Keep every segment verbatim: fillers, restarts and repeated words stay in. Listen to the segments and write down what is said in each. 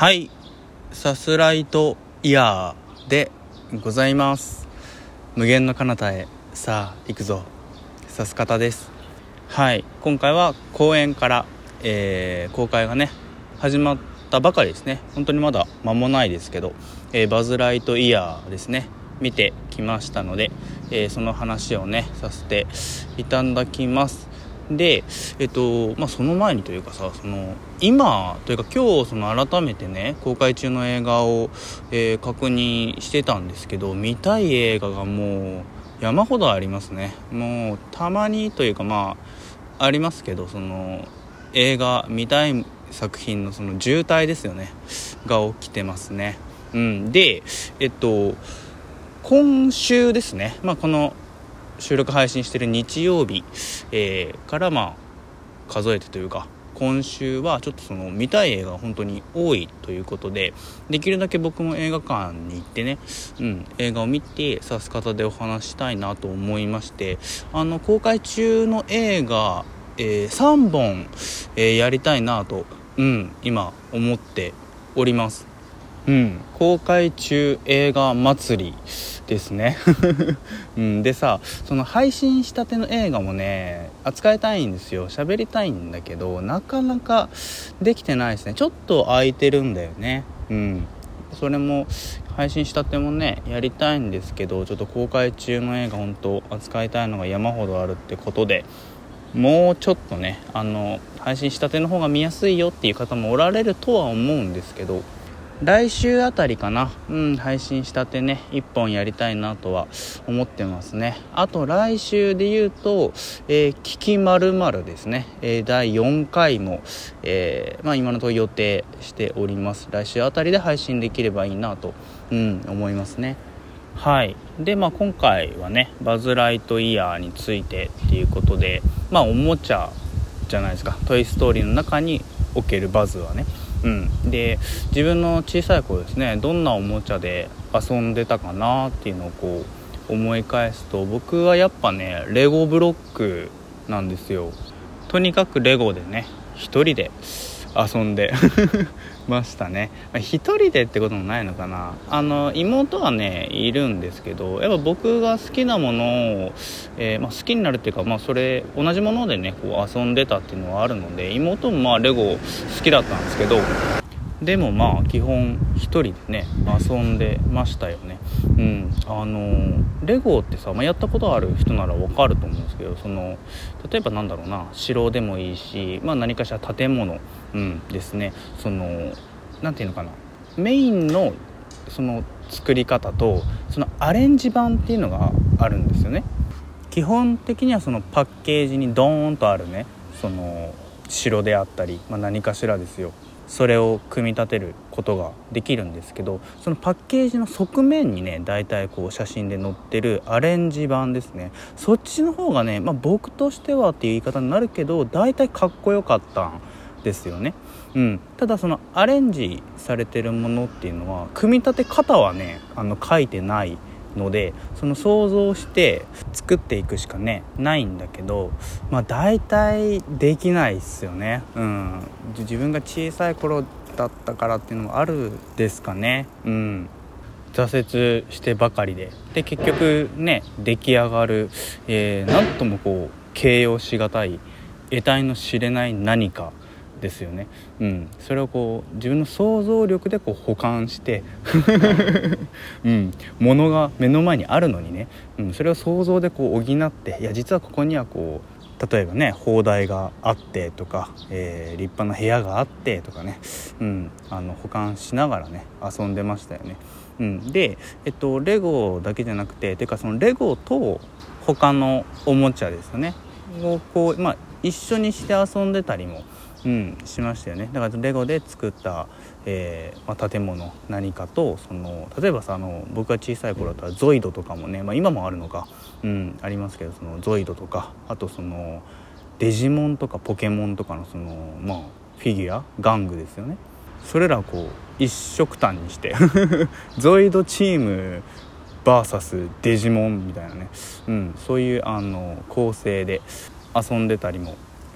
はい、さすらいとイヤーでございます。無限の彼方へさあ行くぞ、さす方です。はい、今回は公演から、えー、公開がね始まったばかりですね。本当にまだ間もないですけど、えー、バズライトイヤーですね見てきましたので、えー、その話をねさせていただきます。で、えっとまあ、その前にというかさ、その今というか今日その改めてね公開中の映画を、えー、確認してたんですけど、見たい映画がもう山ほどありますね。もうたまにというかまあありますけど、その映画見たい作品のその渋滞ですよねが起きてますね。うん、でえっと今週ですね、まあ、この収録配信してる日曜日、えー、からまあ数えてというか今週はちょっとその見たい映画が本当に多いということで、できるだけ僕も映画館に行ってね、うん、映画を見てさす方でお話したいなと思いまして、あの公開中の映画、えー、さんぼん、えー、やりたいなと、うん、今思っております。うん、公開中映画祭りですね、うん、でさ、その配信したての映画もね扱いたいんですよ。喋りたいんだけどなかなかできてないですね。ちょっと空いてるんだよね。うん、それも配信したてもねやりたいんですけど、ちょっと公開中の映画本当扱いたいのが山ほどあるってことで、もうちょっとねあの配信したての方が見やすいよっていう方もおられるとは思うんですけど、来週あたりかな、うん、配信したてねいっぽんやりたいなとは思ってますね。あと来週で言うと、えー、聞き〇〇ですね、えー、だいよんかいも、えーまあ、今のところ予定しております。来週あたりで配信できればいいなと、うん、思いますね。はい。で、まあ、今回はねバズライトイヤーについてっていうことで、まあおもちゃじゃないですか。トイストーリーの中におけるバズはね、うん、で自分の小さい頃ですね、どんなおもちゃで遊んでたかなっていうのをこう思い返すと、僕はやっぱねレゴブロックなんですよ。とにかくレゴでね一人で遊んでましたね。一人でってこともないのかな。あの妹はねいるんですけど、やっぱ僕が好きなものを、えーまあ、好きになるっていうか、まあ、それ同じものでねこう遊んでたっていうのはあるので、妹もまあレゴ好きだったんですけど、でもまあ基本一人でね遊んでましたよね。うん、あのレゴってさ、まあ、やったことある人ならわかると思うんですけど、その例えばなんだろうな、城でもいいし、まあ、何かしら建物、うん、ですね。そのなんていうのかな、メインのその作り方とそのアレンジ版っていうのがあるんですよね。基本的にはそのパッケージにドーンとあるねその城であったり、まあ、何かしらですよ、それを組み立てることができるんですけど、そのパッケージの側面にねだいたいこう写真で載ってるアレンジ版ですね、そっちの方がね、まあ、僕としてはっていう言い方になるけどだいたいかっこよかったんですよね。うん、ただそのアレンジされてるものっていうのは組み立て方はねあの書いてないので、その想像して作っていくしかねないんだけど、まあ大体できないっすよね。うん、自分が小さい頃だったからっていうのもあるですかね。うん、挫折してばかりでで結局ね出来上がる、えー、なんともこう形容しがたい得体の知れない何かですよね。うん、それをこう自分の想像力でこう補完して、うん、ものが目の前にあるのにね、うん、それを想像でこう補って、いや実はここにはこう例えばね砲台があってとか、えー、立派な部屋があってとかね、うん、あの補完しながらね遊んでましたよね。うん、で、えっと、レゴだけじゃなくててかそのレゴと他のおもちゃですよねをこう、まあ、一緒にして遊んでたりもうん、しましたよね。だからレゴで作った、えーまあ、建物何かとその例えばさあの僕が小さい頃だったらゾイドとかもね、まあ、今もあるのか、うん、ありますけど、そのゾイドとかあとそのデジモンとかポケモンとかのその、まあ、フィギュア玩具ですよね。それらをこう一色単にしてゾイドチーム ブイエス デジモンみたいなね、うん、そういうあの構成で遊んでたりも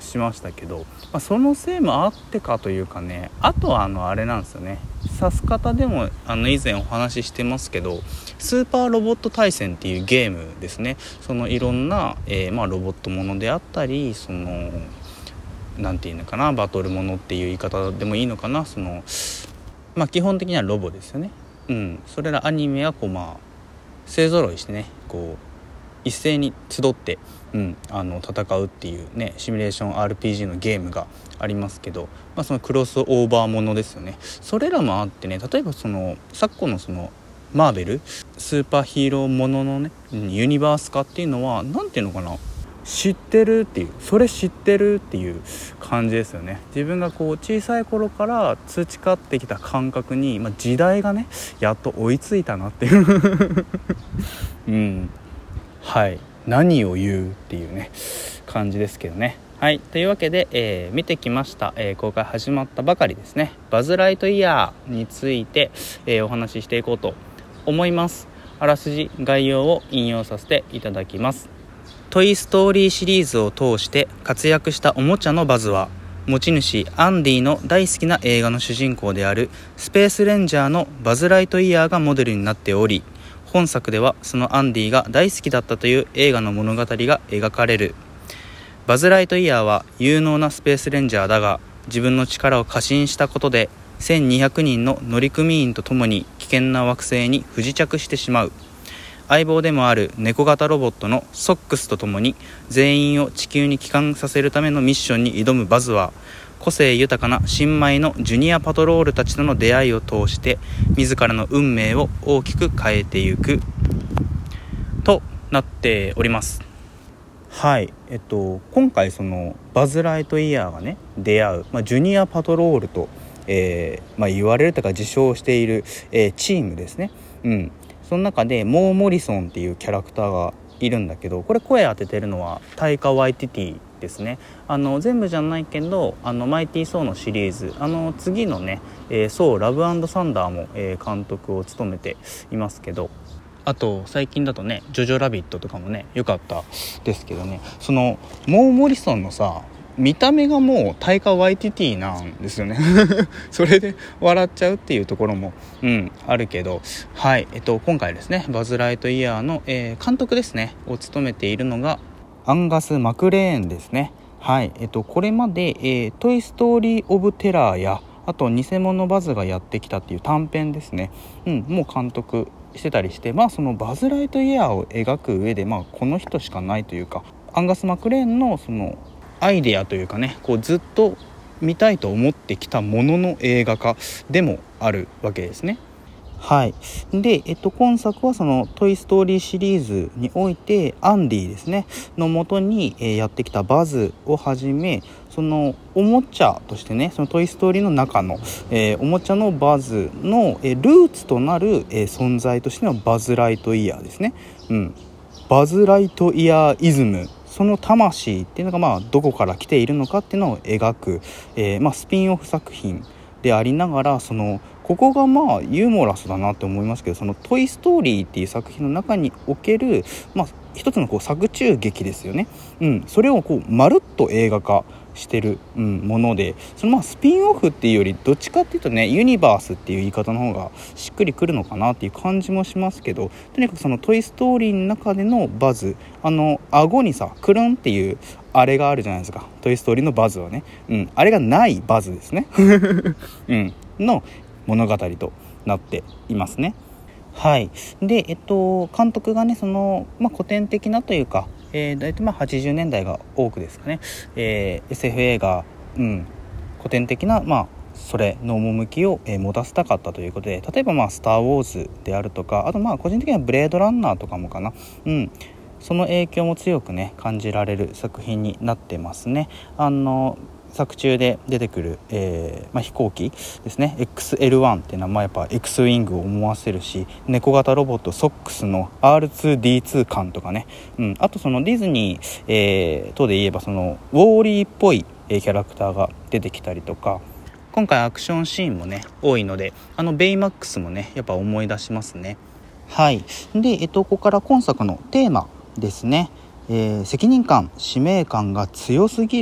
しましたけど、まあ、そのせいもあってかというかね、あとはあのあれなんですよね、さす方でもあの以前お話ししてますけど、スーパーロボット対戦っていうゲームですね。そのいろんな、えーまあ、ロボットものであったり、そのなんていうのかな、バトルものっていう言い方でもいいのかな、そのまあ基本的にはロボですよね。うん、それらアニメはこうまあ勢ぞろいしてね、こう一斉に集って、うん、あの戦うっていうね、シミュレーション アールピージー のゲームがありますけど、まあ、そのクロスオーバーものですよね。それらもあってね、例えばその昨今のそのマーベルスーパーヒーローもののね、ユニバース化っていうのはなんていうのかな、知ってるっていう、それ知ってるっていう感じですよね。自分がこう小さい頃から培ってきた感覚に、まあ、時代がねやっと追いついたなっていううん、はい、何を言うっていうね感じですけどね。はい、というわけで、えー、見てきました、えー、公開始まったばかりですね、バズ・ライトイヤーについて、えー、お話ししていこうと思います。あらすじ概要を引用させていただきます。トイストーリーシリーズを通して活躍したおもちゃのバズは、持ち主アンディの大好きな映画の主人公であるスペースレンジャーのバズ・ライトイヤーがモデルになっており、本作ではそのアンディが大好きだったという映画の物語が描かれる。バズ・ライトイヤーは有能なスペースレンジャーだが、自分の力を過信したことでせんにひゃくにんの乗組員とともに危険な惑星に不時着してしまう。相棒でもある猫型ロボットのソックスとともに全員を地球に帰還させるためのミッションに挑むバズは、個性豊かな新米のジュニアパトロールたちとの出会いを通して自らの運命を大きく変えていくとなっております。はい、えっと今回そのバズ・ライトイヤーがね出会う、まあ、ジュニアパトロールと、えーまあ、言われるとか自称している、えー、チームですね。うん、その中でモー・モリソンっていうキャラクターがいるんだけど、これ声当ててるのはタイカ・ワイティティですね。あの全部じゃないけど、あのマイティー・ソーのシリーズ、あの次のね、えー、ソーラブ&サンダーも、えー、監督を務めていますけど、あと最近だとねジョジョラビットとかもね良かったですけどね、そのモー・モリソンのさ見た目がもうタイカ・ワイティティなんですよねそれで笑っちゃうっていうところも、うん、あるけど、はい、えっと今回ですねバズ・ライトイヤーの、えー、監督ですねを務めているのがアンガス・マクレーンですね。はい、えっとこれまで、えー、トイ・ストーリー・オブ・テラーや、あと偽物バズがやってきたっていう短編ですね、うん、もう監督してたりして、まあそのバズ・ライトイヤーを描く上で、まあこの人しかないというか、アンガス・マクレーンのそのアイデアというかね、こうずっと見たいと思ってきたものの映画化でもあるわけですね。はい。で、えっと、今作はそのトイストーリーシリーズにおいてアンディですねの元に、えー、やってきたバズをはじめ、そのおもちゃとしてね、そのトイストーリーの中の、えー、おもちゃのバズの、えー、ルーツとなる、えー、存在としてのバズ・ライトイヤーですね。うん。バズ・ライトイヤーイズム、その魂っていうのがまあどこから来ているのかっていうのを描く、えーまあ、スピンオフ作品でありながら、そのここがまあユーモラスだなって思いますけど、そのトイストーリーっていう作品の中における、まあ、一つのこう作中劇ですよね。うん、それをこうまるっと映画化してる、うん、もので、そのまあスピンオフっていうよりどっちかっていうとねユニバースっていう言い方の方がしっくりくるのかなっていう感じもしますけど、とにかくそのトイストーリーの中でのバズ、あの顎にさクルンっていうあれがあるじゃないですか、トイストーリーのバズはね、うん、あれがないバズですね、うん、の物語となっていますね。はい。で、えっと監督がねその、まあ、古典的なというか、えー、大体まあはちじゅうねんだいが多くですかね、えー、エスエフ 映画、うん、古典的なまあそれの趣を、えー、持たせたかったということで、例えばまあスター・ウォーズであるとか、あとまあ個人的にはブレードランナーとかもかな、うん、その影響も強くね感じられる作品になってますね。あの作中で出てくる、えーまあ、飛行機ですね エックスエルワン っていうのはまあやっぱ X ウィングを思わせるし、猫型ロボットソックスの アールツーディーツー 感とかね、うん、あとそのディズニー、えー、等で言えばそのウォーリーっぽい、えー、キャラクターが出てきたりとか、今回アクションシーンもね多いので、あのベイマックスもねやっぱ思い出しますね。はい。で、えっと、ここから今作のテーマですね、えー、責任感使命感が強すぎる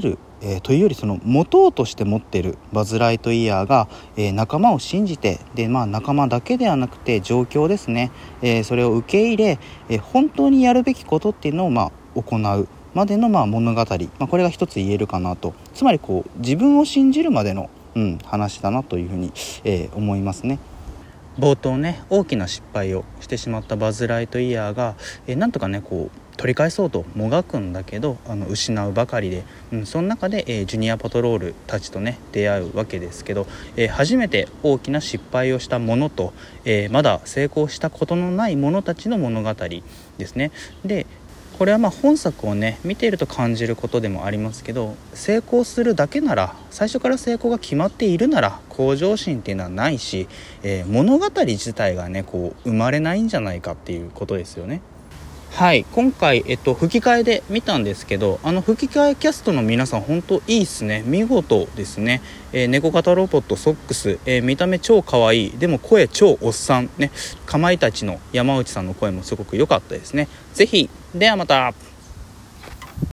えー、というよりその持とうとして持ってるバズ・ライトイヤーが、えー、仲間を信じてで、まあ、仲間だけではなくて状況ですね、えー、それを受け入れ、えー、本当にやるべきことっていうのを、まあ、行うまでの、まあ、物語、まあ、これが一つ言えるかなと。つまりこう自分を信じるまでの、うん、話だなというふうに、えー、思いますね。冒頭ね大きな失敗をしてしまったバズ・ライトイヤーが、えー、なんとかねこう取り返そうともがくんだけどあの失うばかりで、うん、その中で、えー、ジュニアパトロールたちとね出会うわけですけど、えー、初めて大きな失敗をした者と、えー、まだ成功したことのない者たちの物語ですね。でこれはまあ本作をね見ていると感じることでもありますけど、成功するだけなら最初から成功が決まっているなら向上心っていうのはないし、えー、物語自体がねこう生まれないんじゃないかっていうことですよね。はい、今回、えっと、吹き替えで見たんですけど、あの吹き替えキャストの皆さん本当いいっすね。見事ですね。えー、猫型ロボットソックス、えー、見た目超可愛い、でも声超おっさんね。かまいたちの山内さんの声もすごく良かったですね。ぜひではまた。